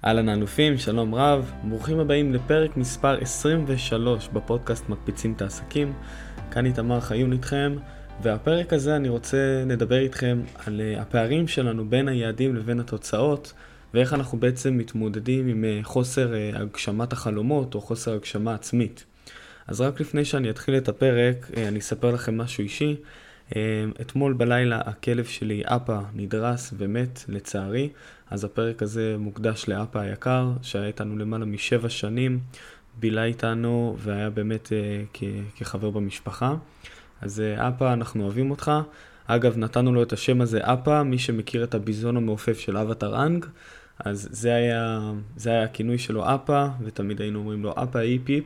אהלן האלופים, שלום רב, ברוכים הבאים לפרק מספר 23 בפודקאסט מקפיצים את העסקים. כאן איתמר חיון איתכם, והפרק הזה אני רוצה לדבר איתכם על הפערים שלנו בין היעדים לבין התוצאות, ואיך אנחנו בעצם מתמודדים עם חוסר הגשמת החלומות או חוסר הגשמה עצמית. אז רק לפני שאני אתחיל את הפרק, אני אספר לכם משהו אישי. אתמול בלילה הכלב שלי אפה נדרס ומת לצערי, אז הפרק הזה מוקדש לאפה היקר שהיה איתנו למעלה מ7 שנים, בילה איתנו והיה באמת כחבר במשפחה. אז אפה, אנחנו אוהבים אותך. אגב, נתנו לו את השם הזה אפה, מי שמכיר את הביזון המעופף של אבטר אנג, אז זה היה הכינוי שלו אפה, ותמיד היינו אומרים לו אפה אי פיפ.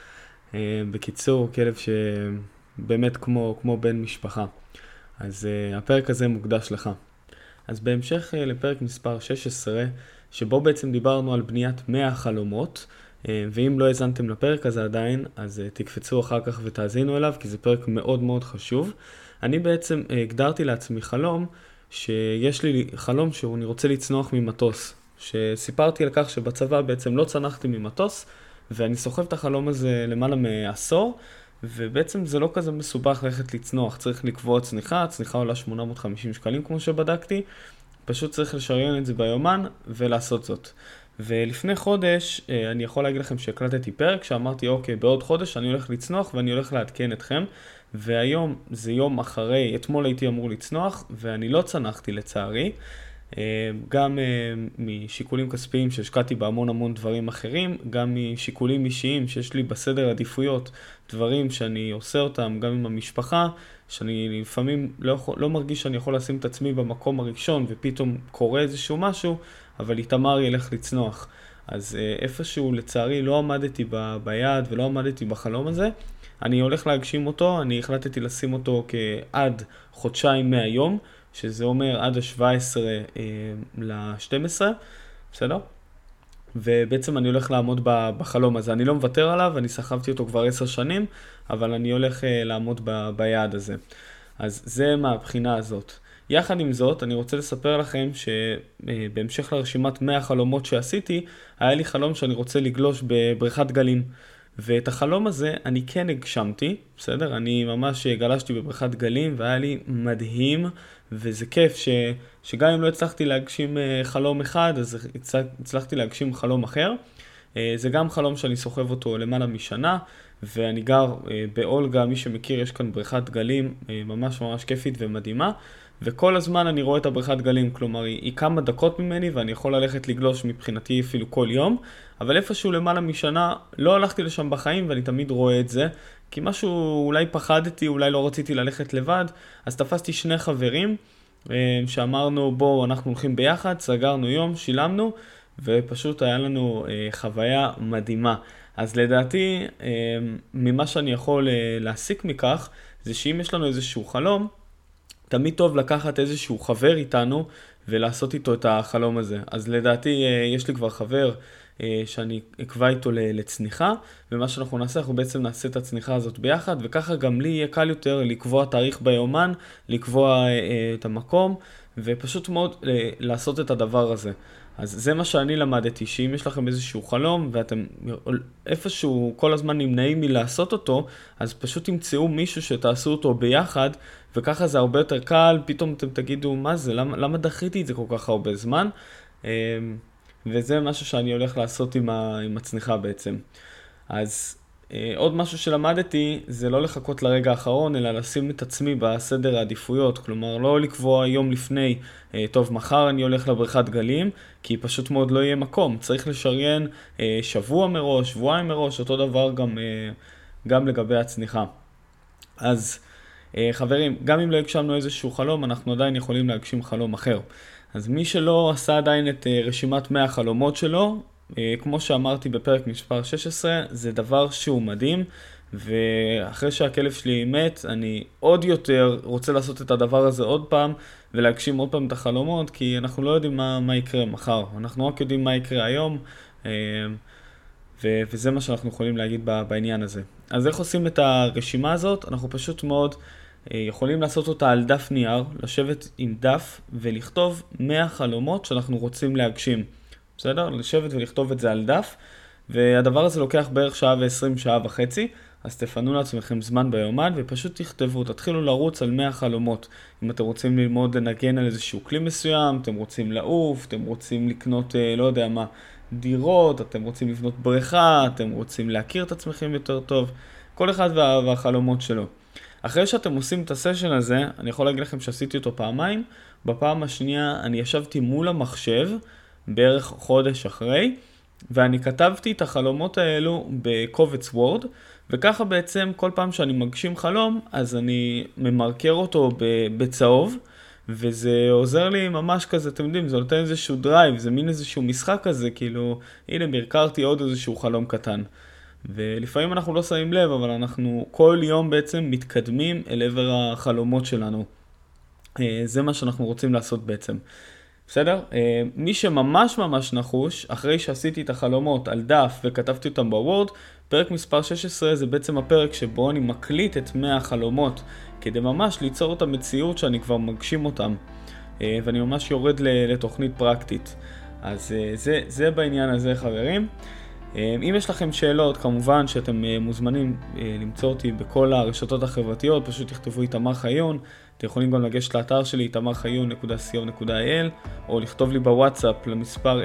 בקיצור, כלב שבאמת כמו בן משפחה. אז הפרק הזה מוקדש לך. אז בהמשך לפרק מספר 16, שבו בעצם דיברנו על בניית 100 חלומות, ואם לא הזנתם לפרק הזה עדיין, אז תקפצו אחר כך ותאזינו אליו, כי זה פרק מאוד מאוד חשוב. אני בעצם הגדרתי לעצמי חלום, שיש לי חלום שאני רוצה לצנוח ממטוס, שסיפרתי על כך שבצבא בעצם לא צנחתי ממטוס, ואני סוחב את החלום הזה למעלה מעשור, ובעצם זה לא כזה מסובך ללכת לצנוח. צריך לקבוע צניחה עולה 850 שקלים כמו שבדקתי, פשוט צריך לשריין את זה ביומן ולעשות זאת. ולפני חודש אני יכול להגיד לכם שהקלטתי פרק שאמרתי אוקיי, בעוד חודש אני הולך לצנוח ואני הולך לעדכן אתכם, והיום זה יום אחרי, אתמול הייתי אמור לצנוח ואני לא צנחתי לצערי, גם משיקולים כספיים שהשקעתי בהמון דברים אחרים, גם משיקולים אישיים שיש לי בסדר עדיפויות, דברים שאני עושה אותם גם עם המשפחה, שאני לפעמים לא מרגיש שאני יכול לשים את עצמי במקום הראשון, ופתאום קורה איזשהו משהו, אבל איתמר ילך לצנוח. אז איפשהו לצערי לא עמדתי ביעד ולא עמדתי בחלום הזה. אני הולך להגשים אותו, אני החלטתי לשים אותו כעד חודשיים מהיום, שזה אומר עד ה-17 ל-12, בסדר? ובעצם אני הולך לעמוד בחלום הזה. אני לא מוותר עליו, אני סחבתי אותו כבר 10 שנים, אבל אני הולך לעמוד ביעד הזה. אז זה מהבחינה הזאת. יחד עם זאת, אני רוצה לספר לכם שבהמשך לרשימת 100 חלומות שעשיתי, היה לי חלום שאני רוצה לגלוש בבריכת גלים. ואת החלום הזה אני כן הגשמתי, בסדר? אני ממש גלשתי בבריכת גלים והיה לי מדהים, וזה כיף שגם אם לא הצלחתי להגשים חלום אחד, אז הצלחתי להגשים חלום אחר. זה גם חלום שאני סוחב אותו למעלה משנה, ואני גר באולגה, מי שמכיר, יש כאן בריכת גלים ממש כיפית ומדהימה, וכל הזמן אני רואה את הבריכת גלים, כלומר היא כמה דקות ממני ואני יכול ללכת לגלוש מבחינתי אפילו כל יום, אבל איפשהו למעלה משנה לא הלכתי לשם בחיים ואני תמיד רואה את זה, כי משהו אולי פחדתי, אולי לא רציתי ללכת לבד, אז תפסתי 2 חברים שאמרנו בואו אנחנו הולכים ביחד, סגרנו יום, שילמנו, ופשוט היה לנו חוויה מדהימה. אז לדעתי ממה שאני יכול להסיק מכך, זה שאם יש לנו איזשהו חלום, תמיד טוב לקחת איזשהו חבר איתנו ולעשות איתו את החלום הזה. אז לדעתי יש לי כבר חבר שאני אקבע איתו לצניחה, ומה שאנחנו נעשה, אנחנו בעצם נעשה את הצניחה הזאת ביחד, וככה גם לי יהיה קל יותר לקבוע תאריך ביומן, לקבוע את המקום, ופשוט מאוד לעשות את הדבר הזה. אז זה מה שאני למדתי, שאם יש לכם איזשהו חלום ואתם איפשהו כל הזמן נמנעים מלעשות אותו, אז פשוט תמצאו מישהו שתעשו אותו ביחד, וככה זה הרבה יותר קל. פתאום אתם תגידו מה זה, למה דחיתי את זה כל כך הרבה זמן, וזה משהו שאני הולך לעשות עם הצניחה בעצם. אז עוד משהו שלמדתי זה לא לחכות לרגע האחרון, אלא לשים את עצמי בסדר העדיפויות, כלומר לא לקבוע יום לפני, טוב מחר אני הולך לבריכת גלים, כי פשוט מאוד לא יהיה מקום, צריך לשריין שבוע מראש, שבועיים מראש, אותו דבר גם לגבי הצניחה. אז חברים, גם אם לא הגשמנו איזשהו חלום, אנחנו עדיין יכולים להגשים חלום אחר. אז מי שלא עשה עדיין את רשימת 100 חלומות שלו, כמו שאמרתי בפרק מספר 16, זה דבר שהוא מדהים, ואחרי שהכלב שלי מת, אני עוד יותר רוצה לעשות את הדבר הזה עוד פעם, ולהגשים עוד פעם את החלומות, כי אנחנו לא יודעים מה יקרה מחר, אנחנו רק יודעים מה יקרה היום, וזה מה שאנחנו יכולים להגיד בעניין הזה. אז איך עושים את הרשימה הזאת? אנחנו פשוט מאוד יכולים לעשות אותה על דף נייר, לשבת עם דף ולכתוב 100 חלומות שאנחנו רוצים להגשים. בסדר? לשבת ולכתוב את זה על דף, והדבר הזה לוקח בערך שעה ו20, שעה וחצי, אז תפנו לעצמכם זמן ביומן ופשוט תכתבו, תתחילו לרוץ על 100 חלומות. אם אתם רוצים ללמוד לנגן על איזשהו כלי מסוים, אתם רוצים לעוף, אתם רוצים לקנות, לא יודע מה, דירות, אתם רוצים לבנות בריכה, אתם רוצים להכיר את עצמכם יותר טוב, כל אחד והחלומות שלו. אחרי שאתם עושים את הסשן הזה, אני יכול להגיד לכם שעשיתי אותו פעמיים. בפעם השנייה אני ישבתי מול המחשב, בערך חודש אחרי, ואני כתבתי את החלומות האלו בקובץ וורד, וככה בעצם כל פעם שאני מגשים חלום, אז אני ממרקר אותו בצהוב, וזה עוזר לי ממש כזה, אתם יודעים, זה נותן איזשהו דרייב, זה מין איזשהו משחק כזה, כאילו, הנה מרקרתי עוד איזשהו חלום קטן. ולפעמים אנחנו לא שמים לב, אבל אנחנו כל יום בעצם מתקדמים אל עבר החלומות שלנו. זה מה שאנחנו רוצים לעשות בעצם. בסדר? מי שממש ממש נחוש, אחרי שעשיתי את החלומות על דף וכתבתי אותם בוורד, פרק מספר 16 זה בעצם הפרק שבו אני מקליט את 100 החלומות, כדי ממש ליצור את המציאות שאני כבר מגשים אותם. ואני ממש יורד לתוכנית פרקטית. אז זה בעניין הזה, חברים. אם יש לכם שאלות, כמובן שאתם מוזמנים למצוא אותי בכל הרשתות החברתיות, פשוט תכתבו איתמר חיון, אתם יכולים גם לגשת לאתר שלי, itamarchayun.co.il, או לכתוב לי בוואטסאפ למספר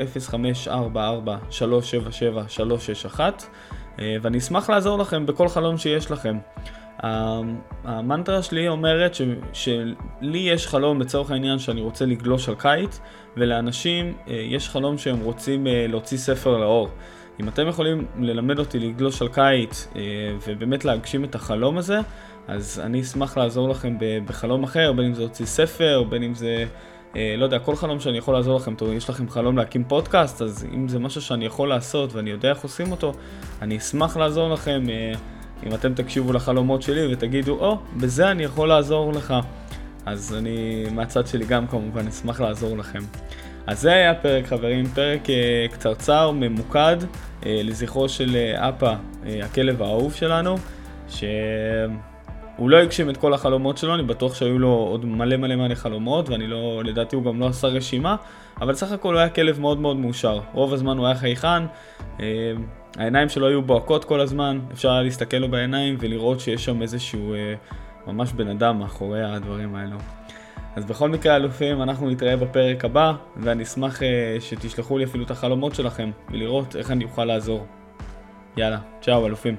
0544-377-361, ואני אשמח לעזור לכם בכל חלום שיש לכם. המנטרה שלי אומרת שלי יש חלום לצורך העניין שאני רוצה לגלוש על קיץ, ולאנשים יש חלום שהם רוצים להוציא ספר לאור. אם אתם יכולים ללמד אותי לגלוש על קיץ ובאמת להגשים את החלום הזה, אז אני אשמח לעזור לכם בחלום אחר, בין אם זה הוציא ספר, בין אם זה, לא יודע, כל חלום שאני יכול לעזור לכם. יש לכם חלום להקים פודקאסט, אז אם זה משהו שאני יכול לעשות ואני יודע איך עושים אותו, אני אשמח לעזור לכם. אם אתם תקשיבו לחלומות שלי ותגידו, בזה אני יכול לעזור לך, אז אני מהצד שלי גם כמובן אשמח לעזור לכם. אז זה היה פרק, חברים, פרק קצרצר, ממוקד, לזכרו של אפה, הכלב האהוב שלנו, שהוא לא הגשים את כל החלומות שלו, אני בטוח שהיו לו עוד מלא חלומות, ואני לא, לדעתי הוא גם לא עשה רשימה, אבל סך הכל הוא היה כלב מאוד מאוד מאושר. רוב הזמן הוא היה חייכן, העיניים שלו היו בוהקות כל הזמן, אפשר היה להסתכל לו בעיניים ולראות שיש שם איזשהו ממש בן אדם מאחורי הדברים האלו. אז בכל מקרה אלופים, אנחנו נתראה בפרק הבא, ואני אשמח שתשלחו לי אפילו את החלומות שלכם, ולראות איך אני אוכל לעזור. יאללה, צ'או אלופים.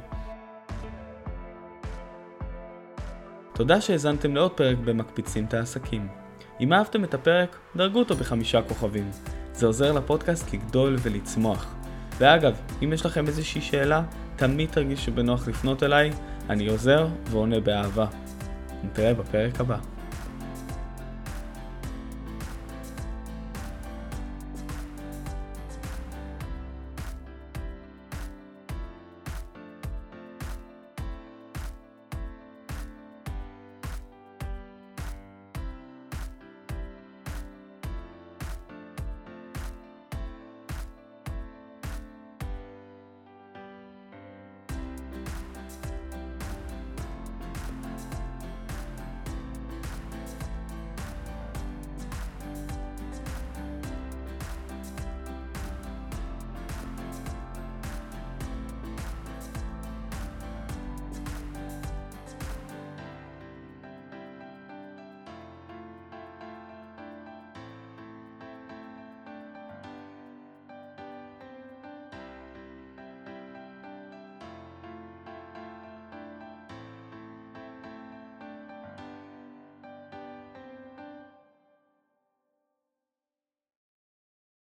תודה שהזנתם לעוד פרק במקפיצים את העסקים. אם אהבתם את הפרק, דרגו אותו ב5 כוכבים. זה עוזר לפודקאסט לגדול ולצמוח. ואגב, אם יש לכם איזושהי שאלה, תמיד תרגישו בנוח לפנות אליי, אני עוזר ועונה באהבה. נתראה בפרק הבא.